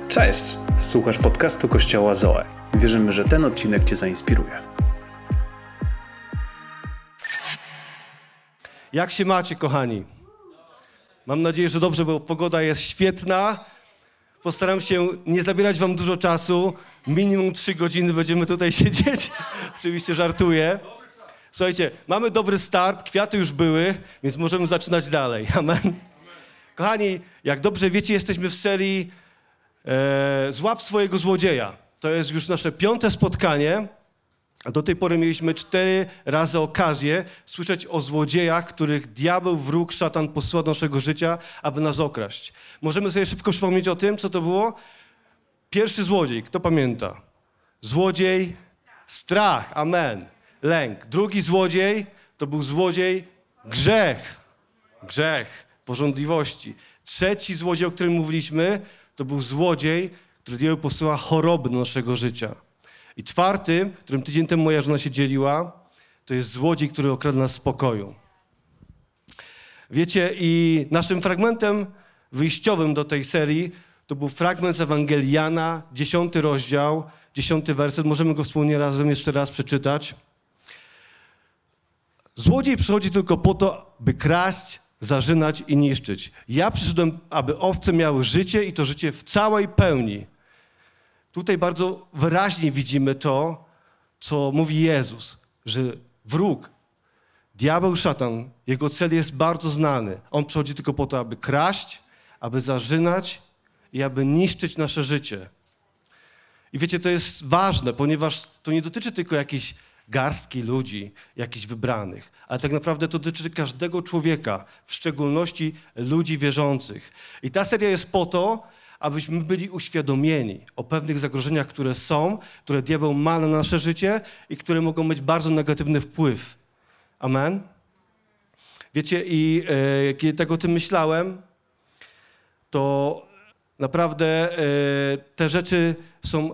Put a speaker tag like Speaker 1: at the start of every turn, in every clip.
Speaker 1: Cześć! Słuchasz podcastu Kościoła Zoe. Wierzymy, że ten odcinek Cię zainspiruje.
Speaker 2: Jak się macie, kochani? Mam nadzieję, że dobrze, bo pogoda jest świetna. Postaram się nie zabierać wam dużo czasu. Minimum 3 godziny będziemy tutaj siedzieć. Oczywiście żartuję. Słuchajcie, mamy dobry start, kwiaty już były, więc możemy zaczynać dalej. Amen. Kochani, jak dobrze wiecie, jesteśmy w serii Złap swojego złodzieja. To jest już nasze 5. spotkanie. A do tej pory mieliśmy 4 razy okazję słyszeć o złodziejach, których diabeł, wróg, szatan posłał do naszego życia, aby nas okraść. Możemy sobie szybko przypomnieć o tym, co to było? Pierwszy złodziej, kto pamięta? Złodziej, strach, amen, lęk. Drugi złodziej to był złodziej, grzech, pożądliwości. Trzeci złodziej, o którym mówiliśmy, to był złodziej, który diabeł posyła choroby do naszego życia. I czwarty, którym tydzień temu moja żona się dzieliła, to jest złodziej, który okrada nas spokoju. Wiecie, i naszym fragmentem wyjściowym do tej serii to był fragment z Ewangelii Jana, 10 rozdział, 10 werset. Możemy go wspólnie razem jeszcze raz przeczytać. Złodziej przychodzi tylko po to, by kraść, zarzynać i niszczyć. Ja przyszedłem, aby owce miały życie i to życie w całej pełni. Tutaj bardzo wyraźnie widzimy to, co mówi Jezus, że wróg, diabeł, szatan, jego cel jest bardzo znany. On przychodzi tylko po to, aby kraść, aby zarzynać i aby niszczyć nasze życie. I wiecie, to jest ważne, ponieważ to nie dotyczy tylko jakiejś garstki ludzi, jakichś wybranych, ale tak naprawdę to dotyczy każdego człowieka, w szczególności ludzi wierzących. I ta seria jest po to, abyśmy byli uświadomieni o pewnych zagrożeniach, które są, które diabeł ma na nasze życie i które mogą mieć bardzo negatywny wpływ. Amen? Wiecie, i kiedy tak o tym myślałem, to naprawdę te rzeczy są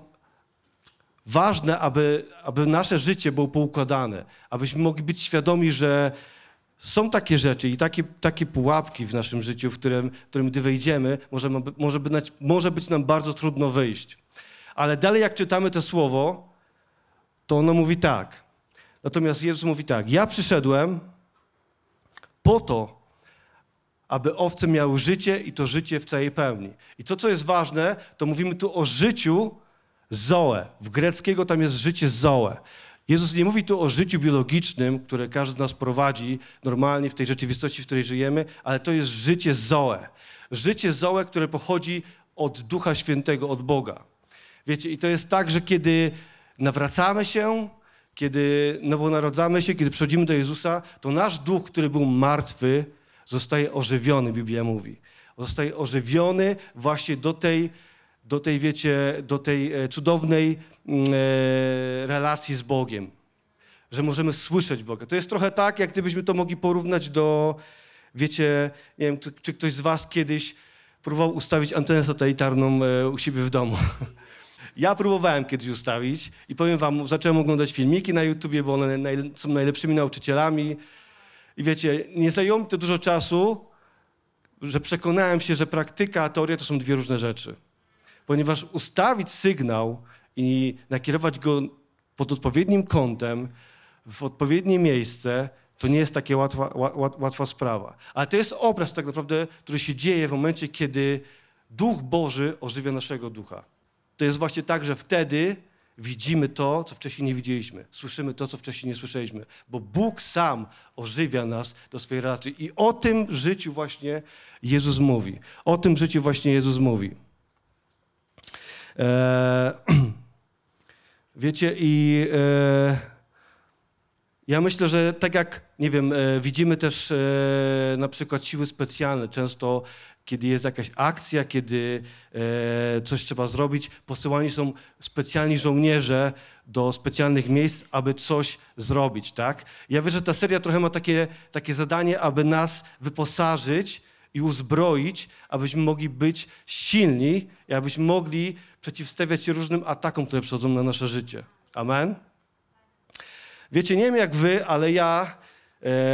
Speaker 2: ważne, aby nasze życie było poukładane, abyśmy mogli być świadomi, że są takie rzeczy i takie pułapki w naszym życiu, w którym gdy wejdziemy, może być nam bardzo trudno wyjść. Ale dalej jak czytamy to słowo, to ono mówi tak. Natomiast Jezus mówi tak. Ja przyszedłem po to, aby owce miały życie i to życie w całej pełni. I to, co jest ważne, to mówimy tu o życiu zoe. W greckiego tam jest życie zoe. Jezus nie mówi tu o życiu biologicznym, które każdy z nas prowadzi normalnie w tej rzeczywistości, w której żyjemy, ale to jest życie zoe. Życie zoe, które pochodzi od Ducha Świętego, od Boga. Wiecie, i to jest tak, że kiedy nawracamy się, kiedy nowonarodzamy się, kiedy przychodzimy do Jezusa, to nasz duch, który był martwy, zostaje ożywiony, Biblia mówi. Zostaje ożywiony właśnie do tej, wiecie, do tej cudownej relacji z Bogiem, że możemy słyszeć Boga. To jest trochę tak, jak gdybyśmy to mogli porównać do, wiecie, nie wiem, czy ktoś z was kiedyś próbował ustawić antenę satelitarną u siebie w domu. Ja próbowałem kiedyś ustawić i powiem wam, zacząłem oglądać filmiki na YouTubie, bo one są najlepszymi nauczycielami i wiecie, nie zajęło mi to dużo czasu, że przekonałem się, że praktyka a teoria to są 2 różne rzeczy. Ponieważ ustawić sygnał i nakierować go pod odpowiednim kątem, w odpowiednie miejsce, to nie jest taka łatwa sprawa. Ale to jest obraz tak naprawdę, który się dzieje w momencie, kiedy Duch Boży ożywia naszego ducha. To jest właśnie tak, że wtedy widzimy to, co wcześniej nie widzieliśmy. Słyszymy to, co wcześniej nie słyszeliśmy. Bo Bóg sam ożywia nas do swojej relacji. I o tym życiu właśnie Jezus mówi. O tym życiu właśnie Jezus mówi. Wiecie, i ja myślę, że tak jak, nie wiem, widzimy też na przykład siły specjalne, często kiedy jest jakaś akcja, kiedy coś trzeba zrobić, posyłani są specjalni żołnierze do specjalnych miejsc, aby coś zrobić, tak? Ja wiem, że ta seria trochę ma takie zadanie, aby nas wyposażyć i uzbroić, abyśmy mogli być silni i abyśmy mogli przeciwstawiać się różnym atakom, które przychodzą na nasze życie. Amen? Wiecie, nie wiem jak wy, ale ja,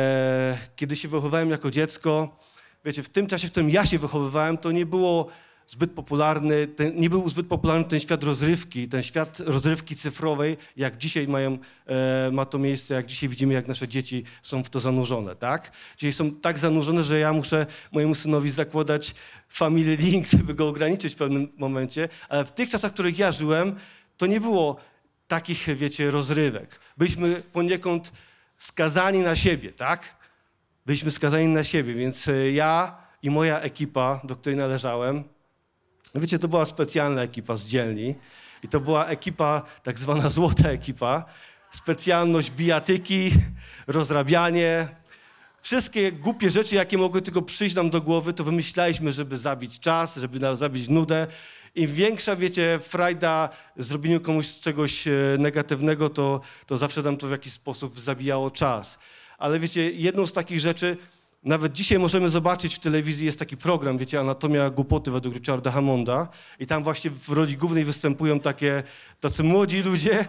Speaker 2: kiedy się wychowywałem jako dziecko, wiecie, w tym czasie, w którym ja się wychowywałem, to nie było zbyt popularny, nie był zbyt popularny ten świat rozrywki cyfrowej, jak dzisiaj ma to miejsce, jak dzisiaj widzimy, jak nasze dzieci są w to zanurzone, tak? Dzisiaj są tak zanurzone, że ja muszę mojemu synowi zakładać Family Link, żeby go ograniczyć w pewnym momencie, ale w tych czasach, w których ja żyłem, to nie było takich, wiecie, rozrywek. Byliśmy poniekąd skazani na siebie, tak? Byliśmy skazani na siebie, więc ja i moja ekipa, do której należałem, wiecie, to była specjalna ekipa z dzielni i to była ekipa, tak zwana złota ekipa, specjalność bijatyki, rozrabianie, wszystkie głupie rzeczy, jakie mogły tylko przyjść nam do głowy, to wymyślaliśmy, żeby zabić czas, żeby zabić nudę. Im większa, wiecie, frajda zrobieniu komuś czegoś negatywnego, to zawsze nam to w jakiś sposób zabijało czas. Ale wiecie, jedną z takich rzeczy, nawet dzisiaj możemy zobaczyć w telewizji, jest taki program, wiecie, Anatomia głupoty według Richarda Hammonda i tam właśnie w roli głównej występują tacy młodzi ludzie,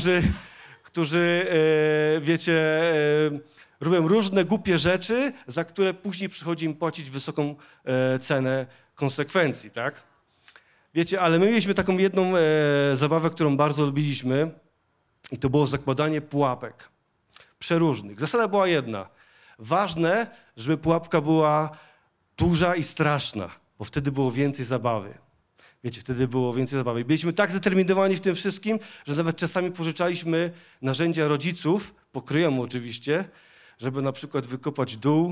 Speaker 2: którzy wiecie, robią różne głupie rzeczy, za które później przychodzi im płacić wysoką cenę konsekwencji, tak? Wiecie, ale my mieliśmy taką jedną zabawę, którą bardzo lubiliśmy i to było zakładanie pułapek przeróżnych. Zasada była jedna. Ważne, żeby pułapka była duża i straszna, bo wtedy było więcej zabawy. Wiecie, wtedy było więcej zabawy. Byliśmy tak zdeterminowani w tym wszystkim, że nawet czasami pożyczaliśmy narzędzia rodziców, pokryjomu oczywiście, żeby na przykład wykopać dół,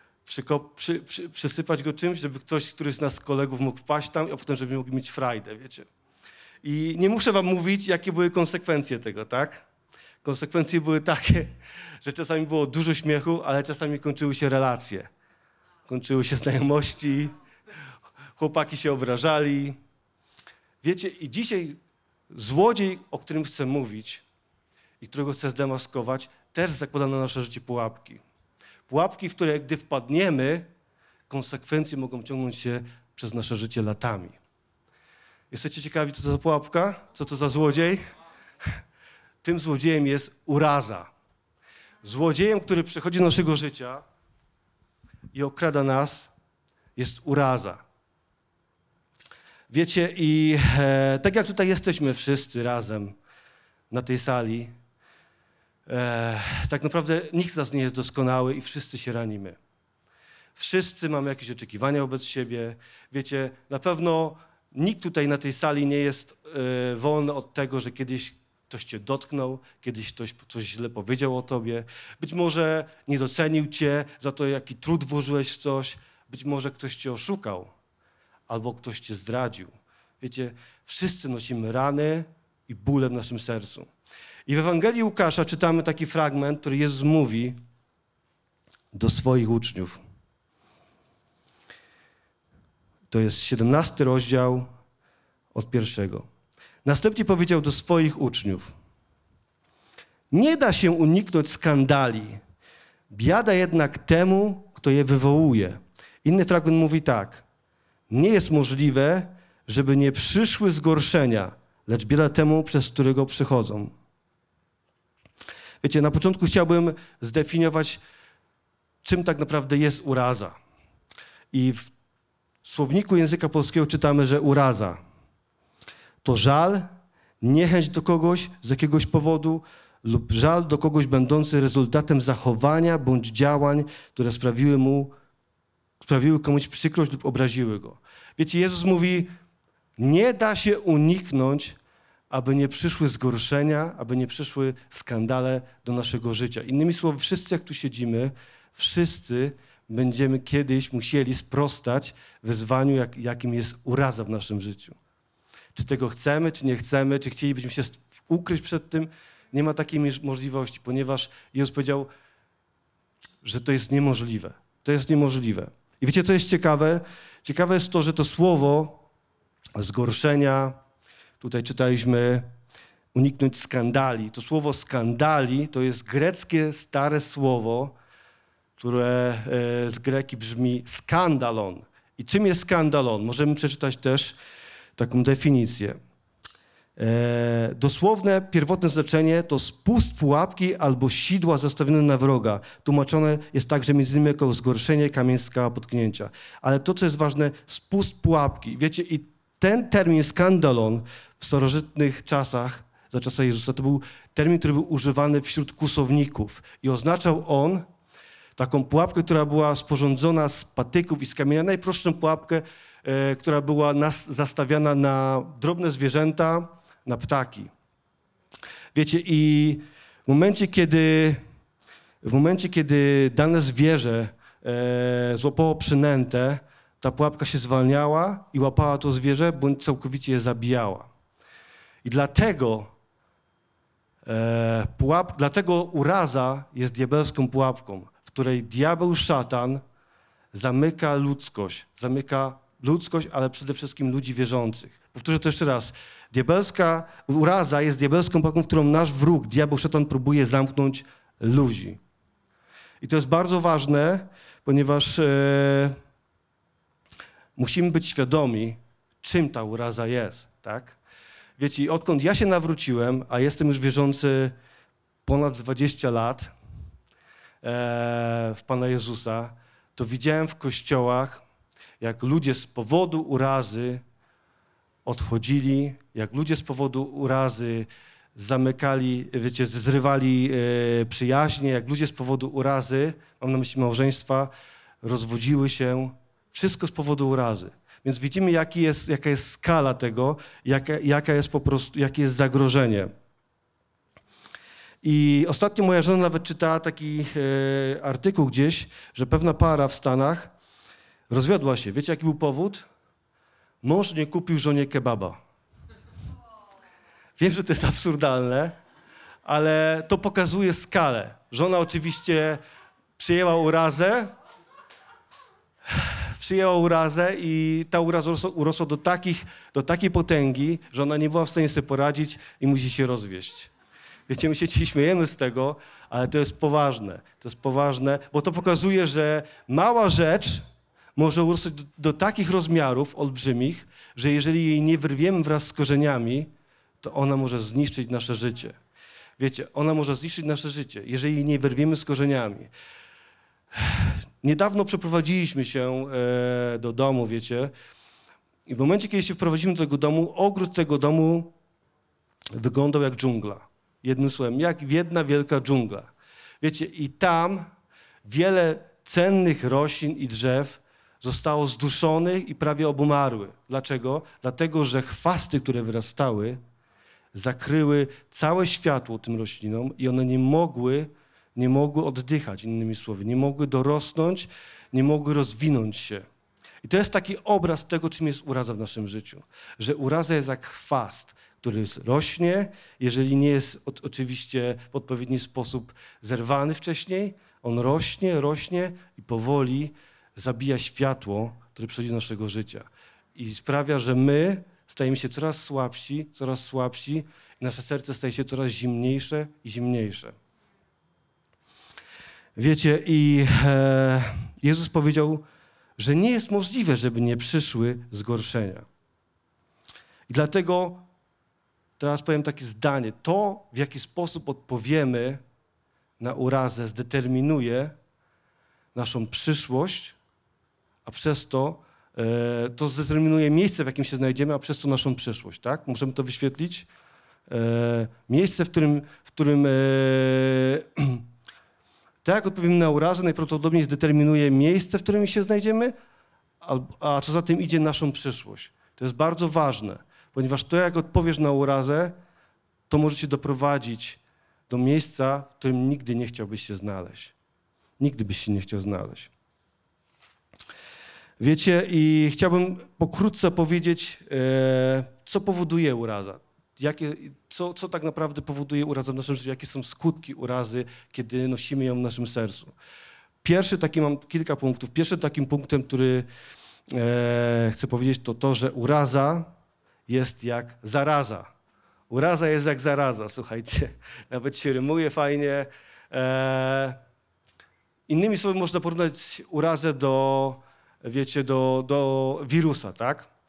Speaker 2: przysypać go czymś, żeby któryś z nas kolegów mógł wpaść tam, a potem żeby mogli mieć frajdę, wiecie. I nie muszę wam mówić, jakie były konsekwencje tego, tak? Konsekwencje były takie, że czasami było dużo śmiechu, ale czasami kończyły się relacje. Kończyły się znajomości, chłopaki się obrażali. Wiecie, i dzisiaj złodziej, o którym chcę mówić i którego chcę zdemaskować, też zakłada na nasze życie pułapki. Pułapki, w które gdy wpadniemy, konsekwencje mogą ciągnąć się przez nasze życie latami. Jesteście ciekawi, co to za pułapka? Co to za złodziej? Tym złodziejem jest uraza. Złodziejem, który przychodzi do naszego życia i okrada nas, jest uraza. Wiecie, i tak jak tutaj jesteśmy wszyscy razem na tej sali, tak naprawdę nikt z nas nie jest doskonały i wszyscy się ranimy. Wszyscy mamy jakieś oczekiwania wobec siebie. Wiecie, na pewno nikt tutaj na tej sali nie jest wolny od tego, że kiedyś ktoś cię dotknął, kiedyś ktoś coś źle powiedział o tobie. Być może nie docenił cię za to, jaki trud włożyłeś w coś. Być może ktoś cię oszukał albo ktoś cię zdradził. Wiecie, wszyscy nosimy rany i bóle w naszym sercu. I w Ewangelii Łukasza czytamy taki fragment, który Jezus mówi do swoich uczniów. To jest 17 rozdział od 1. Następnie powiedział do swoich uczniów: nie da się uniknąć skandali. Biada jednak temu, kto je wywołuje. Inny fragment mówi tak: nie jest możliwe, żeby nie przyszły zgorszenia, lecz biada temu, przez którego przychodzą. Wiecie, na początku chciałbym zdefiniować, czym tak naprawdę jest uraza. I w słowniku języka polskiego czytamy, że uraza to żal, niechęć do kogoś z jakiegoś powodu lub żal do kogoś będący rezultatem zachowania bądź działań, które sprawiły komuś przykrość lub obraziły go. Wiecie, Jezus mówi, nie da się uniknąć, aby nie przyszły zgorszenia, aby nie przyszły skandale do naszego życia. Innymi słowy, wszyscy jak tu siedzimy, wszyscy będziemy kiedyś musieli sprostać wyzwaniu, jakim jest uraza w naszym życiu. Czy tego chcemy, czy nie chcemy, czy chcielibyśmy się ukryć przed tym, nie ma takiej możliwości, ponieważ Jezus powiedział, że to jest niemożliwe. To jest niemożliwe. I wiecie, co jest ciekawe? Ciekawe jest to, że to słowo zgorszenia, tutaj czytaliśmy uniknąć skandali. To słowo skandali to jest greckie stare słowo, które z greki brzmi skandalon. I czym jest skandalon? Możemy przeczytać też taką definicję. Dosłowne, pierwotne znaczenie to spust pułapki albo sidła zastawione na wroga. Tłumaczone jest także m.in. jako zgorszenie, kamień, skała, potknięcia. Ale to, co jest ważne, spust pułapki. Wiecie, i ten termin skandalon w starożytnych czasach, za czasów Jezusa, to był termin, który był używany wśród kłusowników. I oznaczał on taką pułapkę, która była sporządzona z patyków i z kamienia, najprostszą pułapkę, która była zastawiana na drobne zwierzęta, na ptaki. Wiecie, i w momencie, kiedy dane zwierzę złapało przynętę, ta pułapka się zwalniała i łapała to zwierzę, bądź całkowicie je zabijała. I dlatego uraza jest diabelską pułapką, w której diabeł, szatan zamyka ludzkość, ale przede wszystkim ludzi wierzących. Powtórzę to jeszcze raz. Diabelska uraza jest diabelską pułapką, w którą nasz wróg, diabeł, szatan próbuje zamknąć ludzi. I to jest bardzo ważne, ponieważ musimy być świadomi, czym ta uraza jest, tak? Wiecie, odkąd ja się nawróciłem, a jestem już wierzący ponad 20 lat w Pana Jezusa, to widziałem w kościołach, jak ludzie z powodu urazy odchodzili, jak ludzie z powodu urazy zamykali, wiecie, zrywali przyjaźnie, jak ludzie z powodu urazy, mam na myśli małżeństwa, rozwodziły się. Wszystko z powodu urazy. Więc widzimy, jaka jest skala tego, jakie jest zagrożenie. I ostatnio moja żona nawet czytała taki artykuł gdzieś, że pewna para w Stanach rozwiodła się. Wiecie, jaki był powód? Mąż nie kupił żonie kebaba. Wiem, że to jest absurdalne, ale to pokazuje skalę. Żona oczywiście przyjęła urazę i ta uraza urosła do takiej potęgi, że ona nie była w stanie sobie poradzić i musi się rozwieść. Wiecie, my się dzisiaj śmiejemy z tego, ale to jest poważne. To jest poważne, bo to pokazuje, że mała rzecz może urosnąć do takich rozmiarów olbrzymich, że jeżeli jej nie wyrwiemy wraz z korzeniami, to ona może zniszczyć nasze życie. Wiecie, ona może zniszczyć nasze życie, jeżeli jej nie wyrwiemy z korzeniami. Niedawno przeprowadziliśmy się do domu, wiecie, i w momencie, kiedy się wprowadzimy do tego domu, ogród tego domu wyglądał jak dżungla. Jednym słowem, jak jedna wielka dżungla. Wiecie, i tam wiele cennych roślin i drzew zostało zduszonych i prawie obumarły. Dlaczego? Dlatego, że chwasty, które wyrastały, zakryły całe światło tym roślinom i one nie mogły oddychać, innymi słowy, nie mogły dorosnąć, nie mogły rozwinąć się. I to jest taki obraz tego, czym jest uraza w naszym życiu. Że uraza jest jak chwast, który rośnie, jeżeli nie jest oczywiście w odpowiedni sposób zerwany wcześniej, on rośnie i powoli zabija światło, które przychodzi do naszego życia. I sprawia, że my stajemy się coraz słabsi i nasze serce staje się coraz zimniejsze i zimniejsze. Wiecie, i Jezus powiedział, że nie jest możliwe, żeby nie przyszły zgorszenia. I dlatego teraz powiem takie zdanie. To, w jaki sposób odpowiemy na urazę, zdeterminuje naszą przyszłość, a przez to zdeterminuje miejsce, w jakim się znajdziemy, a przez to naszą przyszłość. Tak? Możemy to wyświetlić? Miejsce, w którym tak jak odpowiemy na urazę, najprawdopodobniej zdeterminuje miejsce, w którym się znajdziemy, a co za tym idzie, naszą przyszłość. To jest bardzo ważne, ponieważ to, jak odpowiesz na urazę, to może cię doprowadzić do miejsca, w którym nigdy nie chciałbyś się znaleźć. Nigdy byś się nie chciał znaleźć. Wiecie, i chciałbym pokrótce powiedzieć, co powoduje uraza. Co tak naprawdę powoduje urazę w naszym życiu, jakie są skutki urazy, kiedy nosimy ją w naszym sercu. Mam kilka punktów. Pierwszym takim punktem, który chcę powiedzieć, to to, że uraza jest jak zaraza. Uraza jest jak zaraza, słuchajcie. Nawet się rymuje fajnie. Innymi słowy, można porównać urazę do wirusa, tak?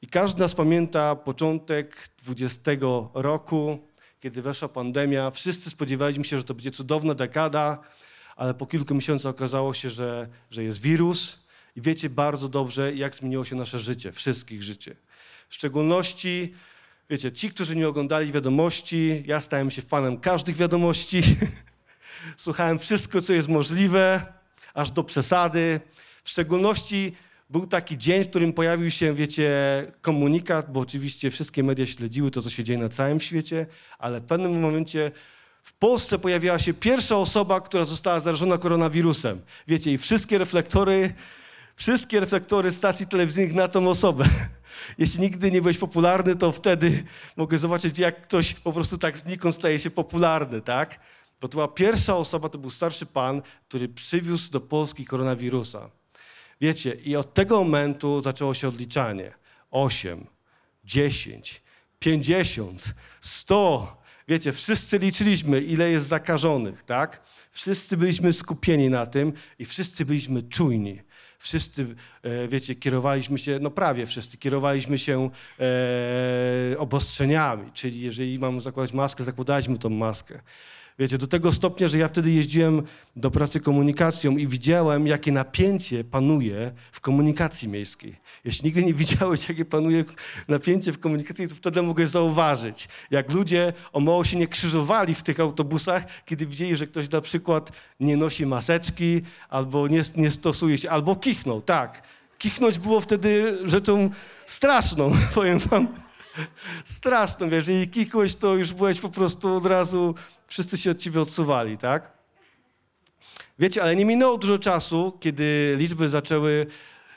Speaker 2: I każdy z nas pamięta początek 20 roku, kiedy weszła pandemia. Wszyscy spodziewaliśmy się, że to będzie cudowna dekada, ale po kilku miesiącach okazało się, że jest wirus. I wiecie bardzo dobrze, jak zmieniło się nasze życie, wszystkich życie. W szczególności, wiecie, ci, którzy nie oglądali wiadomości, ja stałem się fanem każdych wiadomości. Słuchałem wszystko, co jest możliwe, aż do przesady. W szczególności był taki dzień, w którym pojawił się, wiecie, komunikat, bo oczywiście wszystkie media śledziły to, co się dzieje na całym świecie, ale w pewnym momencie w Polsce pojawiła się pierwsza osoba, która została zarażona koronawirusem. Wiecie, i wszystkie reflektory stacji telewizyjnych na tą osobę. Jeśli nigdy nie byłeś popularny, to wtedy mogę zobaczyć, jak ktoś po prostu tak znikąd staje się popularny, tak? Bo to była pierwsza osoba, to był starszy pan, który przywiózł do Polski koronawirusa. Wiecie, i od tego momentu zaczęło się odliczanie. 8, 10, 50, 100. Wiecie, wszyscy liczyliśmy, ile jest zakażonych, tak? Wszyscy byliśmy skupieni na tym i wszyscy byliśmy czujni. Wszyscy, wiecie, kierowaliśmy się, no prawie wszyscy, kierowaliśmy się obostrzeniami, czyli jeżeli mamy zakładać maskę, zakładaliśmy tą maskę. Wiecie, do tego stopnia, że ja wtedy jeździłem do pracy komunikacją i widziałem, jakie napięcie panuje w komunikacji miejskiej. Jeśli nigdy nie widziałeś, jakie panuje napięcie w komunikacji, to wtedy mogę zauważyć, jak ludzie o mało się nie krzyżowali w tych autobusach, kiedy widzieli, że ktoś na przykład nie nosi maseczki, albo nie stosuje się, albo kichnął, tak. Kichnąć było wtedy rzeczą straszną, powiem wam. Straszną, wiesz, jeżeli kichłeś, to już byłeś po prostu od razu, wszyscy się od ciebie odsuwali, tak? Wiecie, ale nie minęło dużo czasu, kiedy liczby zaczęły,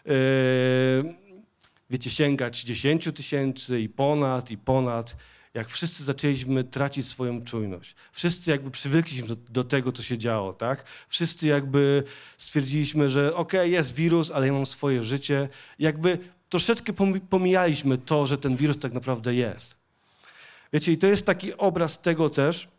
Speaker 2: wiecie, sięgać 10 000 i ponad, jak wszyscy zaczęliśmy tracić swoją czujność. Wszyscy jakby przywykliśmy do tego, co się działo, tak? Wszyscy jakby stwierdziliśmy, że okej, jest wirus, ale ja mam swoje życie. Jakby troszeczkę pomijaliśmy to, że ten wirus tak naprawdę jest. Wiecie, i to jest taki obraz tego też,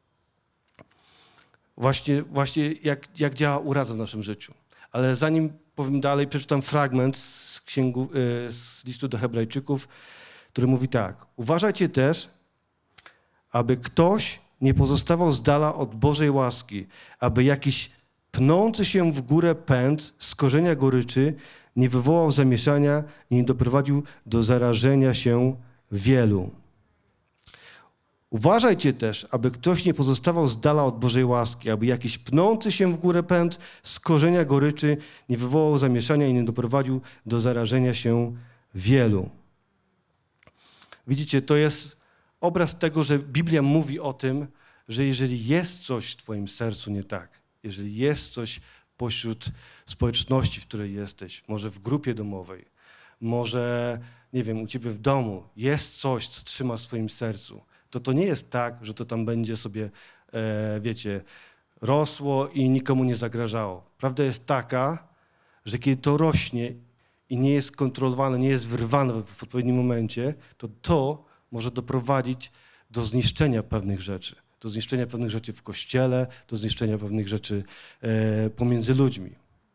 Speaker 2: właśnie jak działa uraza w naszym życiu. Ale zanim powiem dalej, przeczytam fragment z listu do Hebrajczyków, który mówi tak. Uważajcie też, aby ktoś nie pozostawał z dala od Bożej łaski, aby jakiś pnący się w górę pęd z korzenia goryczy nie wywołał zamieszania i nie doprowadził do zarażenia się wielu. Uważajcie też, aby ktoś nie pozostawał z dala od Bożej łaski, aby jakiś pnący się w górę pęd z korzenia goryczy nie wywołał zamieszania i nie doprowadził do zarażenia się wielu. Widzicie, to jest obraz tego, że Biblia mówi o tym, że jeżeli jest coś w twoim sercu nie tak, jeżeli jest coś pośród społeczności, w której jesteś, może w grupie domowej, może, nie wiem, u ciebie w domu, jest coś, co trzyma w swoim sercu, to nie jest tak, że to tam będzie sobie, wiecie, rosło i nikomu nie zagrażało. Prawda jest taka, że kiedy to rośnie i nie jest kontrolowane, nie jest wyrwane w odpowiednim momencie, to może doprowadzić do zniszczenia pewnych rzeczy. Do zniszczenia pewnych rzeczy w kościele, do zniszczenia pewnych rzeczy pomiędzy ludźmi.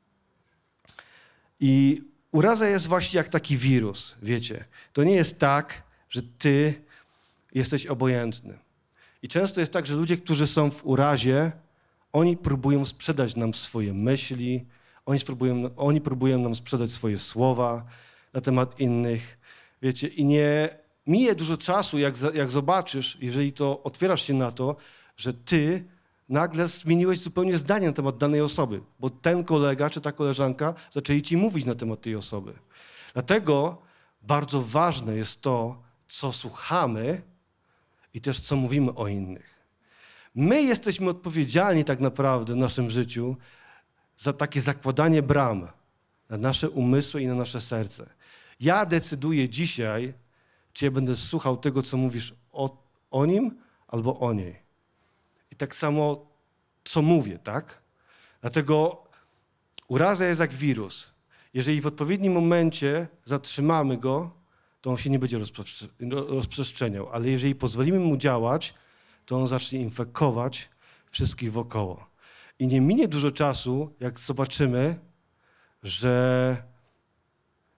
Speaker 2: I uraza jest właśnie jak taki wirus, wiecie. To nie jest tak, że ty jesteś obojętny. I często jest tak, że ludzie, którzy są w urazie, oni próbują sprzedać nam swoje myśli, oni próbują nam sprzedać swoje słowa na temat innych, wiecie. I nie mije dużo czasu, jak zobaczysz, jeżeli to otwierasz się na to, że ty nagle zmieniłeś zupełnie zdanie na temat danej osoby, bo ten kolega czy ta koleżanka zaczęli ci mówić na temat tej osoby. Dlatego bardzo ważne jest to, co słuchamy i też co mówimy o innych. My jesteśmy odpowiedzialni tak naprawdę w naszym życiu za takie zakładanie bram na nasze umysły i na nasze serce. Ja decyduję dzisiaj, czy ja będę słuchał tego, co mówisz o nim albo o niej. I tak samo, co mówię, tak? Dlatego uraza jest jak wirus. Jeżeli w odpowiednim momencie zatrzymamy go, to on się nie będzie rozprzestrzeniał. Ale jeżeli pozwolimy mu działać, to on zacznie infekować wszystkich wokoło. I nie minie dużo czasu, jak zobaczymy, że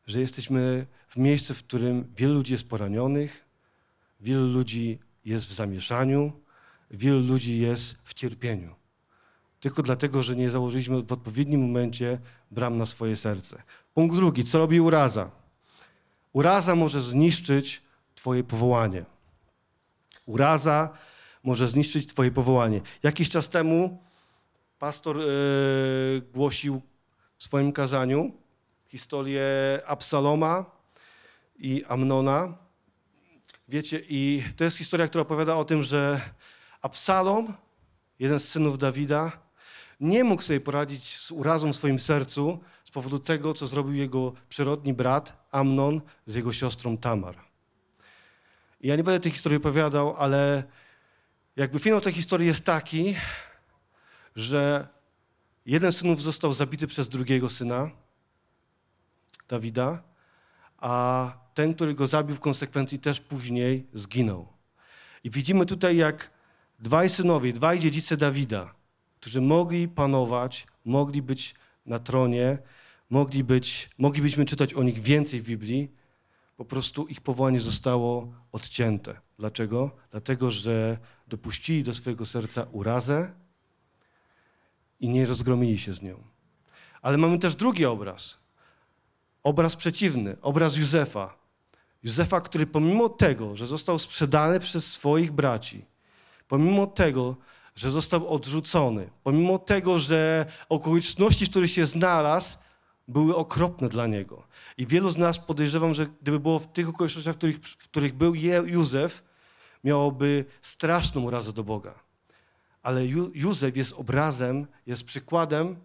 Speaker 2: że jesteśmy w miejscu, w którym wielu ludzi jest poranionych, wielu ludzi jest w zamieszaniu, wielu ludzi jest w cierpieniu. Tylko dlatego, że nie założyliśmy w odpowiednim momencie bram na swoje serce. Punkt drugi. Co robi uraza? Uraza może zniszczyć twoje powołanie. Uraza może zniszczyć twoje powołanie. Jakiś czas temu pastor głosił w swoim kazaniu historię Absaloma i Amnona. Wiecie, i to jest historia, która opowiada o tym, że Absalom, jeden z synów Dawida, nie mógł sobie poradzić z urazą w swoim sercu z powodu tego, co zrobił jego przyrodni brat Amnon z jego siostrą Tamar. I ja nie będę tej historii opowiadał, ale jakby finał tej historii jest taki, że jeden z synów został zabity przez drugiego syna Dawida, a ten, który go zabił w konsekwencji też później zginął. I widzimy tutaj, jak dwaj synowie, dwaj dziedzice Dawida, którzy mogli panować, mogli być na tronie, moglibyśmy czytać o nich więcej w Biblii, po prostu ich powołanie zostało odcięte. Dlaczego? Dlatego, że dopuścili do swojego serca urazę i nie rozgromili się z nią. Ale mamy też drugi obraz. Obraz przeciwny, obraz Józefa. Józefa, który pomimo tego, że został sprzedany przez swoich braci, pomimo tego, że został odrzucony, pomimo tego, że okoliczności, w których się znalazł, były okropne dla niego. I wielu z nas, podejrzewam, że gdyby było w tych okolicznościach, w których był Józef, miałoby straszną urazę do Boga. Ale Józef jest obrazem, jest przykładem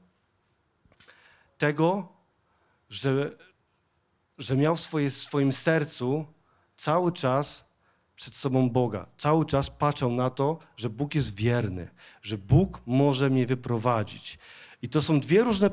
Speaker 2: tego, że miał w swoim sercu cały czas przed sobą Boga. Cały czas patrzał na to, że Bóg jest wierny, że Bóg może mnie wyprowadzić. I to są dwie różne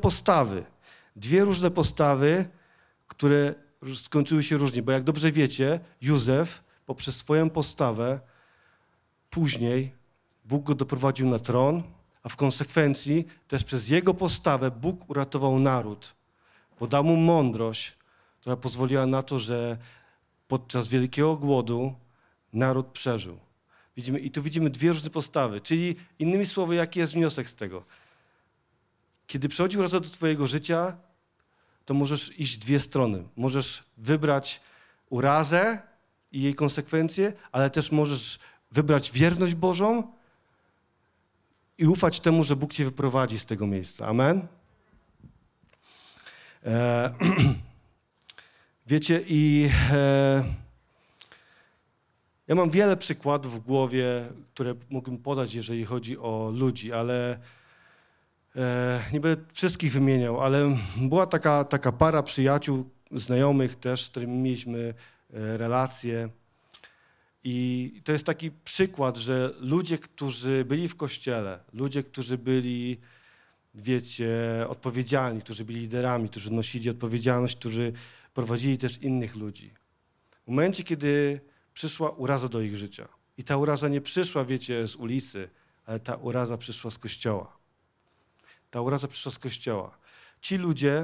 Speaker 2: postawy, które skończyły się różnie. Bo jak dobrze wiecie, Józef poprzez swoją postawę później Bóg go doprowadził na tron, a w konsekwencji też przez jego postawę Bóg uratował naród. Podał mu mądrość, która pozwoliła na to, że podczas wielkiego głodu naród przeżył. I tu widzimy dwie różne postawy. Czyli innymi słowy, jaki jest wniosek z tego? Kiedy przychodzi uraza do twojego życia, to możesz iść dwie strony. Możesz wybrać urazę i jej konsekwencje, ale też możesz wybrać wierność Bożą i ufać temu, że Bóg cię wyprowadzi z tego miejsca. Amen? Wiecie, ja mam wiele przykładów w głowie, które mógłbym podać, jeżeli chodzi o ludzi, ale nie będę wszystkich wymieniał, ale była taka para przyjaciół, znajomych też, z którymi mieliśmy relacje. I to jest taki przykład, że ludzie, którzy byli w kościele, ludzie, którzy byli, wiecie, odpowiedzialni, którzy byli liderami, którzy nosili odpowiedzialność, którzy prowadzili też innych ludzi. W momencie, kiedy przyszła uraza do ich życia. I ta uraza nie przyszła, wiecie, z ulicy, ale ta uraza przyszła z kościoła. Ta uraza przyszła z kościoła. Ci ludzie,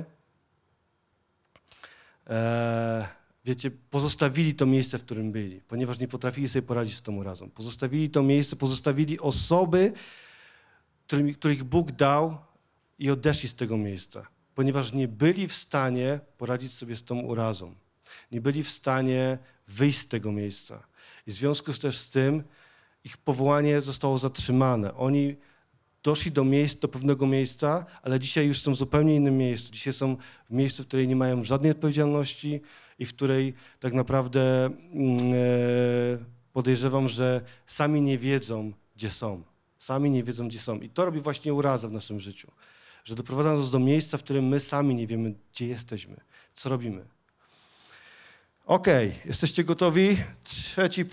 Speaker 2: wiecie, pozostawili to miejsce, w którym byli, ponieważ nie potrafili sobie poradzić z tą urazą. Pozostawili to miejsce, pozostawili osoby, których Bóg dał i odeszli z tego miejsca, ponieważ nie byli w stanie poradzić sobie z tą urazą. Nie byli w stanie wyjść z tego miejsca. I w związku też z tym ich powołanie zostało zatrzymane. Oni doszli do pewnego miejsca, ale dzisiaj już są w zupełnie innym miejscu. Dzisiaj są w miejscu, w której nie mają żadnej odpowiedzialności i w której tak naprawdę podejrzewam, że sami nie wiedzą, gdzie są. Sami nie wiedzą, gdzie są. I to robi właśnie uraza w naszym życiu. Że doprowadza nas do miejsca, w którym my sami nie wiemy, gdzie jesteśmy, co robimy. Okej, jesteście gotowi? Trzeci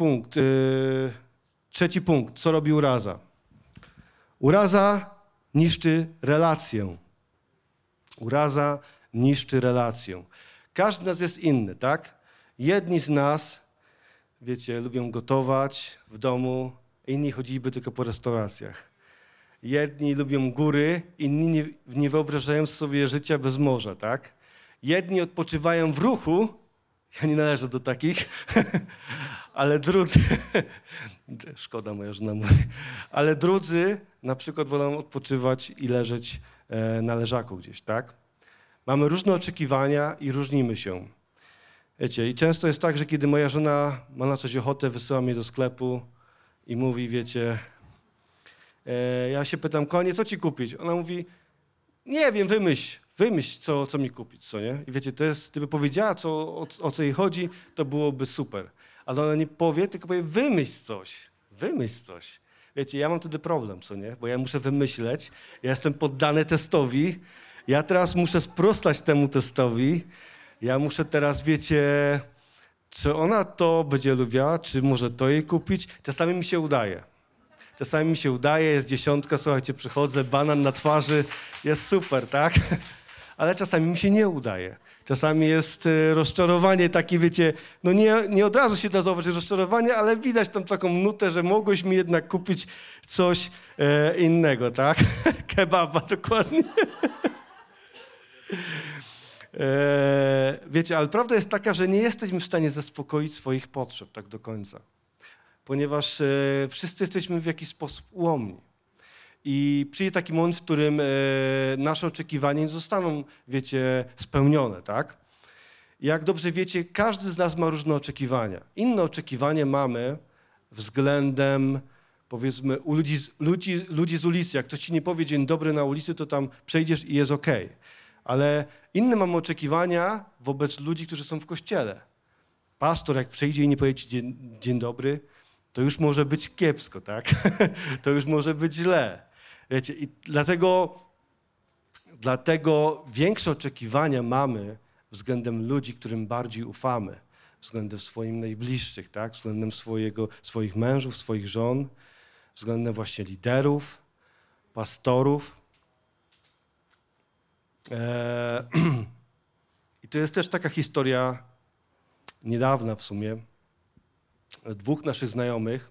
Speaker 2: punkt. Co robi uraza? Uraza niszczy relację. Uraza niszczy relację. Każdy z nas jest inny, tak? Jedni z nas, wiecie, lubią gotować w domu, inni chodziliby tylko po restauracjach. Jedni lubią góry, inni nie wyobrażają sobie życia bez morza, tak? Jedni odpoczywają w ruchu, ja nie należę do takich, ale drudzy, szkoda moja żona mówi, ale drudzy na przykład wolą odpoczywać i leżeć na leżaku gdzieś, tak? Mamy różne oczekiwania i różnimy się. Wiecie, i często jest tak, że kiedy moja żona ma na coś ochotę, wysyła mnie do sklepu i mówi, wiecie, ja się pytam, kochanie, co ci kupić? Ona mówi, nie wiem, wymyśl co mi kupić, co nie? I wiecie, to jest, gdyby powiedziała, o co jej chodzi, to byłoby super. Ale ona nie powie, tylko powie, wymyśl coś. Wiecie, ja mam wtedy problem, co nie? Bo ja muszę wymyśleć, ja jestem poddany testowi, ja teraz muszę sprostać temu testowi, ja muszę teraz, wiecie, czy ona to będzie lubiła, czy może to jej kupić. Czasami mi się udaje, jest 10, słuchajcie, przychodzę, banan na twarzy, jest super, tak? Ale czasami mi się nie udaje. Czasami jest rozczarowanie takie, wiecie, no nie od razu się da zauważyć rozczarowanie, ale widać tam taką nutę, że mogłeś mi jednak kupić coś innego, tak? Kebaba dokładnie. Wiecie, ale prawda jest taka, że nie jesteśmy w stanie zaspokoić swoich potrzeb tak do końca, ponieważ wszyscy jesteśmy w jakiś sposób ułomni. I przyjdzie taki moment, w którym nasze oczekiwania nie zostaną, wiecie, spełnione, tak? Jak dobrze wiecie, każdy z nas ma różne oczekiwania. Inne oczekiwania mamy względem, powiedzmy, u ludzi z ulicy. Jak ktoś ci nie powie dzień dobry na ulicy, to tam przejdziesz i jest okej. Ale inne mamy oczekiwania wobec ludzi, którzy są w kościele. Pastor, jak przyjdzie i nie powie ci dzień dobry, to już może być kiepsko, tak? To już może być źle. Wiecie, i dlatego większe oczekiwania mamy względem ludzi, którym bardziej ufamy, względem swoich najbliższych, tak? Względem swoich mężów, swoich żon, względem właśnie liderów, pastorów. I to jest też taka historia niedawna w sumie, dwóch naszych znajomych,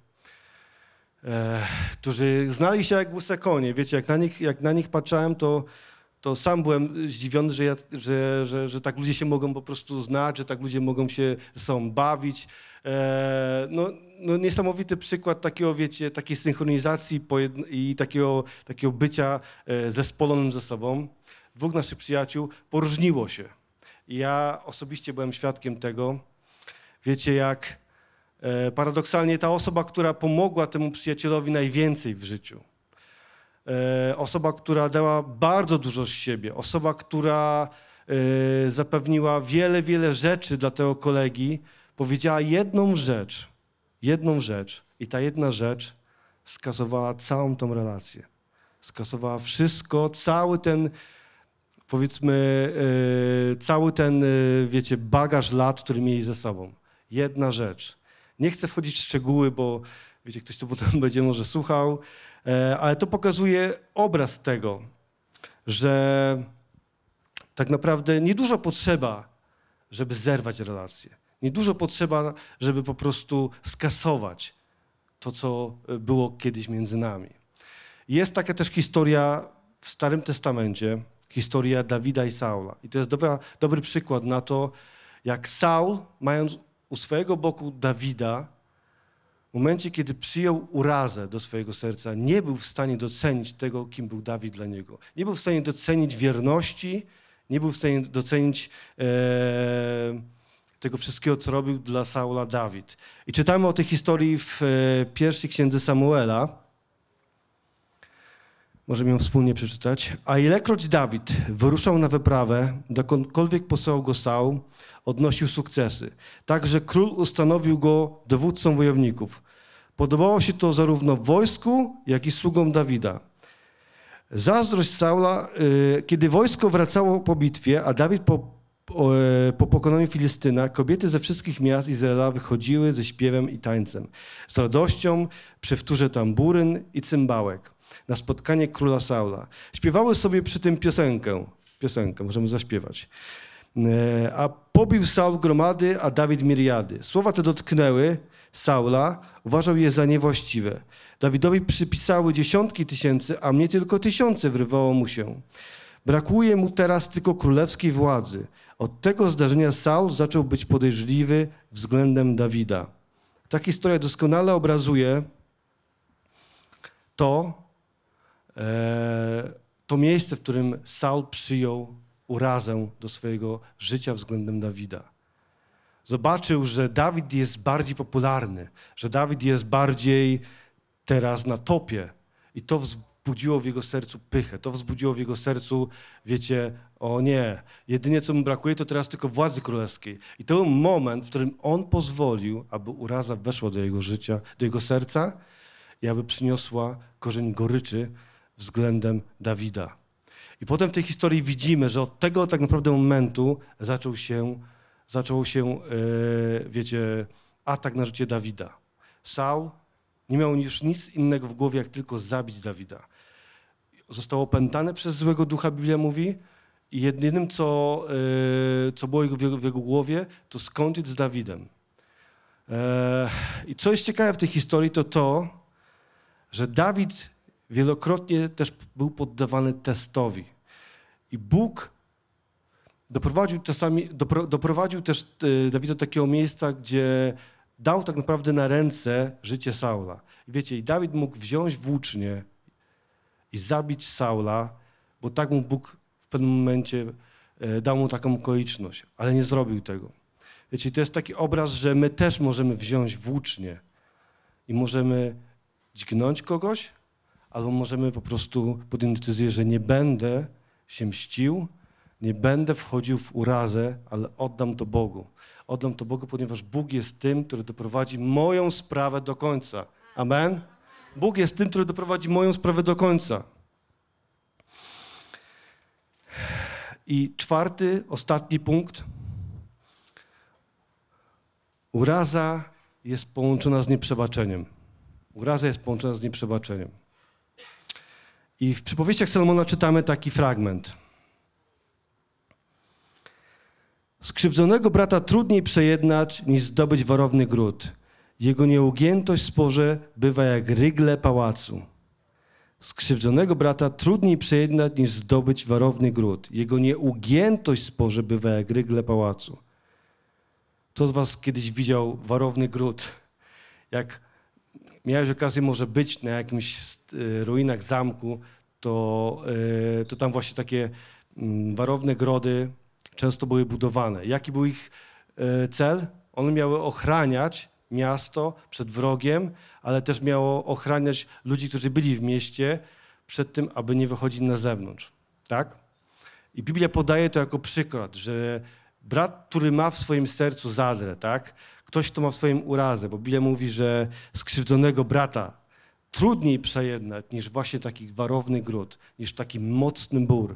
Speaker 2: którzy znali się jak łyse konie. Wiecie, jak na nich patrzałem, to sam byłem zdziwiony, że tak ludzie się mogą po prostu znać, że tak ludzie mogą się ze sobą bawić. No niesamowity przykład takiego, wiecie, takiej synchronizacji i takiego bycia zespolonym ze sobą. Dwóch naszych przyjaciół poróżniło się. I ja osobiście byłem świadkiem tego. Wiecie, jak paradoksalnie ta osoba, która pomogła temu przyjacielowi najwięcej w życiu, osoba, która dała bardzo dużo z siebie, osoba, która zapewniła wiele rzeczy dla tego kolegi, powiedziała jedną rzecz i ta jedna rzecz skasowała całą tą relację. Skasowała wszystko, cały ten, powiedzmy, wiecie, bagaż lat, który mieli ze sobą. Jedna rzecz. Nie chcę wchodzić w szczegóły, bo wiecie, ktoś tu potem będzie może słuchał, ale to pokazuje obraz tego, że tak naprawdę niedużo potrzeba, żeby zerwać relacje. Niedużo potrzeba, żeby po prostu skasować to, co było kiedyś między nami. Jest taka też historia w Starym Testamencie, historia Dawida i Saula. I to jest dobry przykład na to, jak Saul, mając u swojego boku Dawida, w momencie, kiedy przyjął urazę do swojego serca, nie był w stanie docenić tego, kim był Dawid dla niego. Nie był w stanie docenić wierności, nie był w stanie docenić tego wszystkiego, co robił dla Saula Dawid. I czytamy o tej historii w pierwszej księdze Samuela. Możemy ją wspólnie przeczytać. A ilekroć Dawid wyruszał na wyprawę, dokądkolwiek posłał go Saul, odnosił sukcesy. Także król ustanowił go dowódcą wojowników. Podobało się to zarówno wojsku, jak i sługom Dawida. Zazdrość Saula, kiedy wojsko wracało po bitwie, a Dawid po pokonaniu Filistyna, kobiety ze wszystkich miast Izraela wychodziły ze śpiewem i tańcem, z radością przy wtórze tamburyn i cymbałek na spotkanie króla Saula. Śpiewały sobie przy tym piosenkę, możemy zaśpiewać. A pobił Saul gromady, a Dawid miriady. Słowa te dotknęły Saula, uważał je za niewłaściwe. Dawidowi przypisały dziesiątki tysięcy, a mnie tylko tysiące wrywało mu się. Brakuje mu teraz tylko królewskiej władzy. Od tego zdarzenia Saul zaczął być podejrzliwy względem Dawida. Ta historia doskonale obrazuje to miejsce, w którym Saul przyjął urazę do swojego życia względem Dawida. Zobaczył, że Dawid jest bardziej popularny, że Dawid jest bardziej teraz na topie i to wzbudziło w jego sercu pychę, to wzbudziło w jego sercu, wiecie, o nie, jedynie co mu brakuje to teraz tylko władzy królewskiej. I to był moment, w którym on pozwolił, aby uraza weszła do jego życia, do jego serca i aby przyniosła korzeń goryczy względem Dawida. I potem w tej historii widzimy, że od tego tak naprawdę momentu zaczął się, wiecie, atak na życie Dawida. Saul nie miał już nic innego w głowie, jak tylko zabić Dawida. Został opętany przez złego ducha, Biblia mówi, i jedynym, co było w jego głowie, to skończyć z Dawidem. I co jest ciekawe w tej historii, to, że Dawid wielokrotnie też był poddawany testowi. I Bóg doprowadził też Dawida do takiego miejsca, gdzie dał tak naprawdę na ręce życie Saula. I wiecie, i Dawid mógł wziąć włócznię i zabić Saula, bo tak mu Bóg w pewnym momencie dał mu taką okoliczność, ale nie zrobił tego. Wiecie, to jest taki obraz, że my też możemy wziąć włócznię i możemy dźgnąć kogoś, albo możemy po prostu podjąć decyzję, że nie będę się mścił, nie będę wchodził w urazę, ale oddam to Bogu. Oddam to Bogu, ponieważ Bóg jest tym, który doprowadzi moją sprawę do końca. Amen? Bóg jest tym, który doprowadzi moją sprawę do końca. I czwarty, ostatni punkt. Uraza jest połączona z nieprzebaczeniem. Uraza jest połączona z nieprzebaczeniem. I w przypowieściach Salomona czytamy taki fragment. Skrzywdzonego brata trudniej przejednać, niż zdobyć warowny gród. Jego nieugiętość w sporze bywa jak rygle pałacu. Skrzywdzonego brata trudniej przejednać, niż zdobyć warowny gród. Jego nieugiętość w sporze bywa jak rygle pałacu. Kto z was kiedyś widział warowny gród? Jak miałeś okazję może być na jakimś ruinach zamku, to tam właśnie takie warowne grody często były budowane. Jaki był ich cel? One miały ochraniać miasto przed wrogiem, ale też miało ochraniać ludzi, którzy byli w mieście przed tym, aby nie wychodzić na zewnątrz. Tak? I Biblia podaje to jako przykład, że brat, który ma w swoim sercu zadrę, tak? Ktoś, kto ma w swoim urazę, bo Biblia mówi, że skrzywdzonego brata trudniej przejednać niż właśnie taki warowny gród, niż taki mocny bór.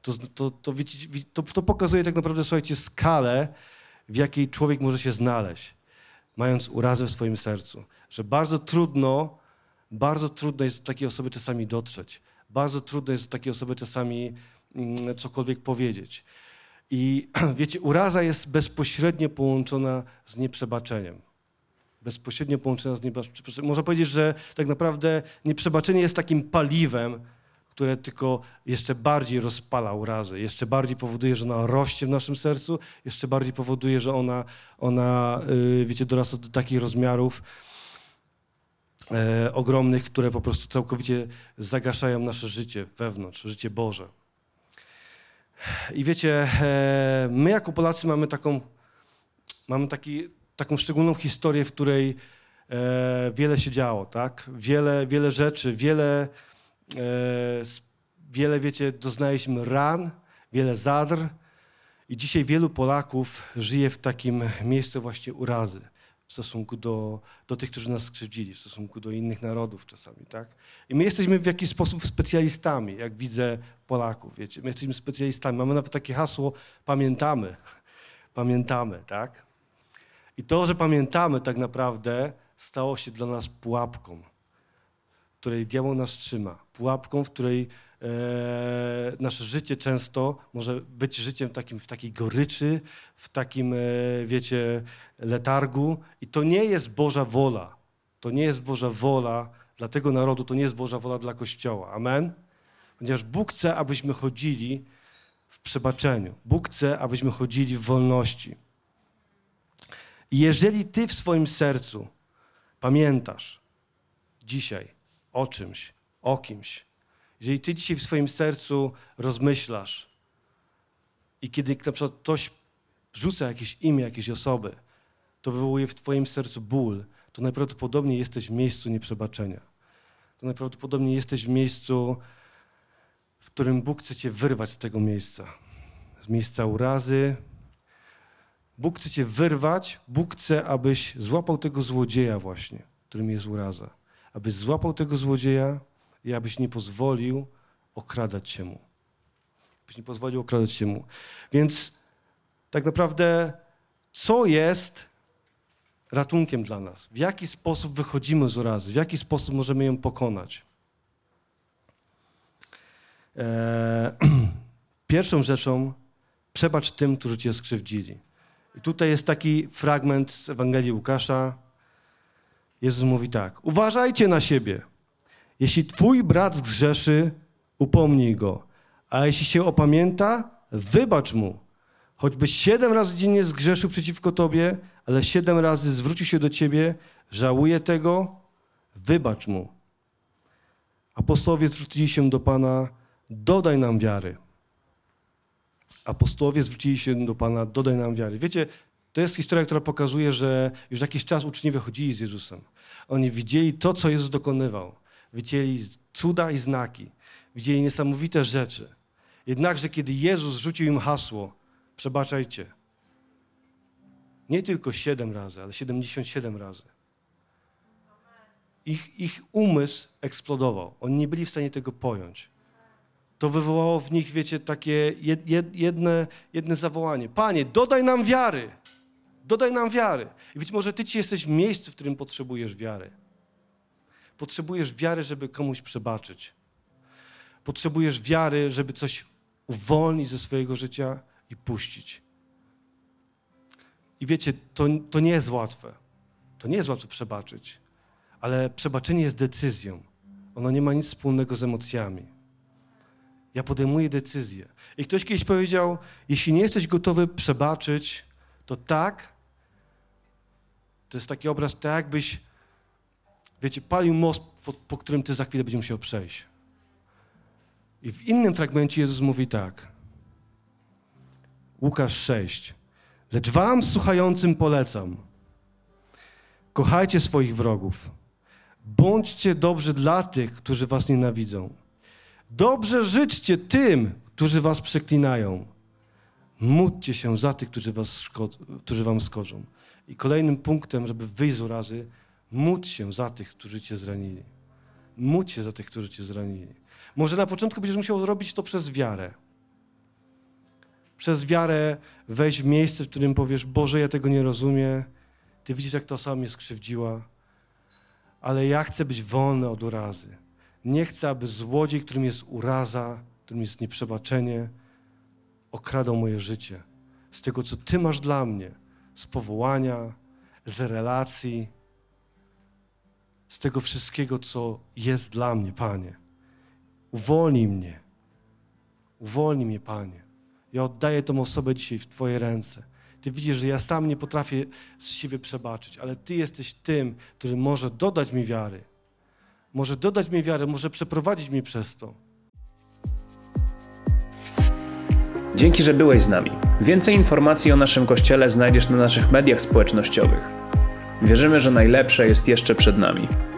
Speaker 2: To pokazuje tak naprawdę, słuchajcie, skalę, w jakiej człowiek może się znaleźć, mając urazę w swoim sercu. Że bardzo trudno jest do takiej osoby czasami dotrzeć. Bardzo trudno jest do takiej osoby czasami cokolwiek powiedzieć. I wiecie, uraza jest bezpośrednio połączona z nieprzebaczeniem. Bezpośrednio połączona z nieprzebaczeniem. Można powiedzieć, że tak naprawdę nieprzebaczenie jest takim paliwem, które tylko jeszcze bardziej rozpala urazę, jeszcze bardziej powoduje, że ona rośnie w naszym sercu, jeszcze bardziej powoduje, że ona wiecie, dorasta do takich rozmiarów ogromnych, które po prostu całkowicie zagaszają nasze życie wewnątrz, życie Boże. I wiecie, my jako Polacy mamy taką szczególną historię, w której wiele się działo, tak? Wiele rzeczy, wiele, wiecie, doznaliśmy ran, wiele zadr i dzisiaj wielu Polaków żyje w takim miejscu właśnie urazy w stosunku do tych, którzy nas skrzywdzili, w stosunku do innych narodów czasami, tak? I my jesteśmy w jakiś sposób specjalistami, jak widzę Polaków, wiecie, my jesteśmy specjalistami, mamy nawet takie hasło pamiętamy, tak? I to, że pamiętamy tak naprawdę stało się dla nas pułapką, w której diabeł nas trzyma. Pułapką, w której nasze życie często może być życiem w takiej goryczy, w takim, wiecie, letargu. I to nie jest Boża wola. To nie jest Boża wola dla tego narodu, to nie jest Boża wola dla Kościoła. Amen? Ponieważ Bóg chce, abyśmy chodzili w przebaczeniu. Bóg chce, abyśmy chodzili w wolności. I jeżeli ty w swoim sercu pamiętasz dzisiaj o czymś, o kimś, jeżeli ty dzisiaj w swoim sercu rozmyślasz i kiedy na przykład ktoś rzuca jakieś imię jakiejś osoby, to wywołuje w twoim sercu ból, to najprawdopodobniej jesteś w miejscu nieprzebaczenia. To najprawdopodobniej jesteś w miejscu, w którym Bóg chce cię wyrwać z tego miejsca. Z miejsca urazy. Bóg chce cię wyrwać. Bóg chce, abyś złapał tego złodzieja właśnie, którym jest uraza. Abyś złapał tego złodzieja i abyś nie pozwolił okradać się mu. Abyś nie pozwolił okradać się mu. Więc tak naprawdę co jest ratunkiem dla nas? W jaki sposób wychodzimy z urazy? W jaki sposób możemy ją pokonać? Pierwszą rzeczą, przebacz tym, którzy cię skrzywdzili. I tutaj jest taki fragment z Ewangelii Łukasza. Jezus mówi tak: uważajcie na siebie. Jeśli twój brat zgrzeszy, upomnij go. A jeśli się opamięta, wybacz mu. Choćbyś 7 razy dziennie zgrzeszył przeciwko tobie, ale 7 razy zwrócił się do ciebie, żałuje tego, wybacz mu. Apostołowie zwrócili się do Pana: dodaj nam wiary. Apostołowie zwrócili się do Pana: dodaj nam wiary. Wiecie, to jest historia, która pokazuje, że już jakiś czas uczniowie chodzili z Jezusem. Oni widzieli to, co Jezus dokonywał. Widzieli cuda i znaki. Widzieli niesamowite rzeczy. Jednakże kiedy Jezus rzucił im hasło: przebaczajcie, nie tylko 7 razy, ale 77 razy. Ich umysł eksplodował. Oni nie byli w stanie tego pojąć. To wywołało w nich, wiecie, takie jedne zawołanie: Panie, dodaj nam wiary. Dodaj nam wiary. I być może ty jesteś w miejscu, w którym potrzebujesz wiary. Potrzebujesz wiary, żeby komuś przebaczyć. Potrzebujesz wiary, żeby coś uwolnić ze swojego życia i puścić. I wiecie, to nie jest łatwe. To nie jest łatwe przebaczyć. Ale przebaczenie jest decyzją. Ono nie ma nic wspólnego z emocjami. Ja podejmuję decyzję. I ktoś kiedyś powiedział: jeśli nie jesteś gotowy przebaczyć, to tak, to jest taki obraz, tak jakbyś, wiecie, palił most, po którym ty za chwilę będziesz musiał przejść. I w innym fragmencie Jezus mówi tak. Łukasz 6. Lecz wam słuchającym polecam: kochajcie swoich wrogów. Bądźcie dobrzy dla tych, którzy was nienawidzą. Dobrze życzcie tym, którzy was przeklinają. Módlcie się za tych, którzy wam szkodzą. I kolejnym punktem, żeby wyjść z urazy, módl się za tych, którzy cię zranili. Módl się za tych, którzy cię zranili. Może na początku będziesz musiał zrobić to przez wiarę. Przez wiarę wejść w miejsce, w którym powiesz: Boże, ja tego nie rozumiem. Ty widzisz, jak ta osoba mnie skrzywdziła. Ale ja chcę być wolny od urazy. Nie chcę, aby złodziej, którym jest uraza, którym jest nieprzebaczenie, okradał moje życie. Z tego, co Ty masz dla mnie. Z powołania, z relacji. Z tego wszystkiego, co jest dla mnie, Panie. Uwolnij mnie. Uwolnij mnie, Panie. Ja oddaję tą osobę dzisiaj w Twoje ręce. Ty widzisz, że ja sam nie potrafię z siebie przebaczyć, ale Ty jesteś tym, który może dodać mi wiary. Może dodać mi wiarę, może przeprowadzić mnie przez to.
Speaker 1: Dzięki, że byłeś z nami. Więcej informacji o naszym Kościele znajdziesz na naszych mediach społecznościowych. Wierzymy, że najlepsze jest jeszcze przed nami.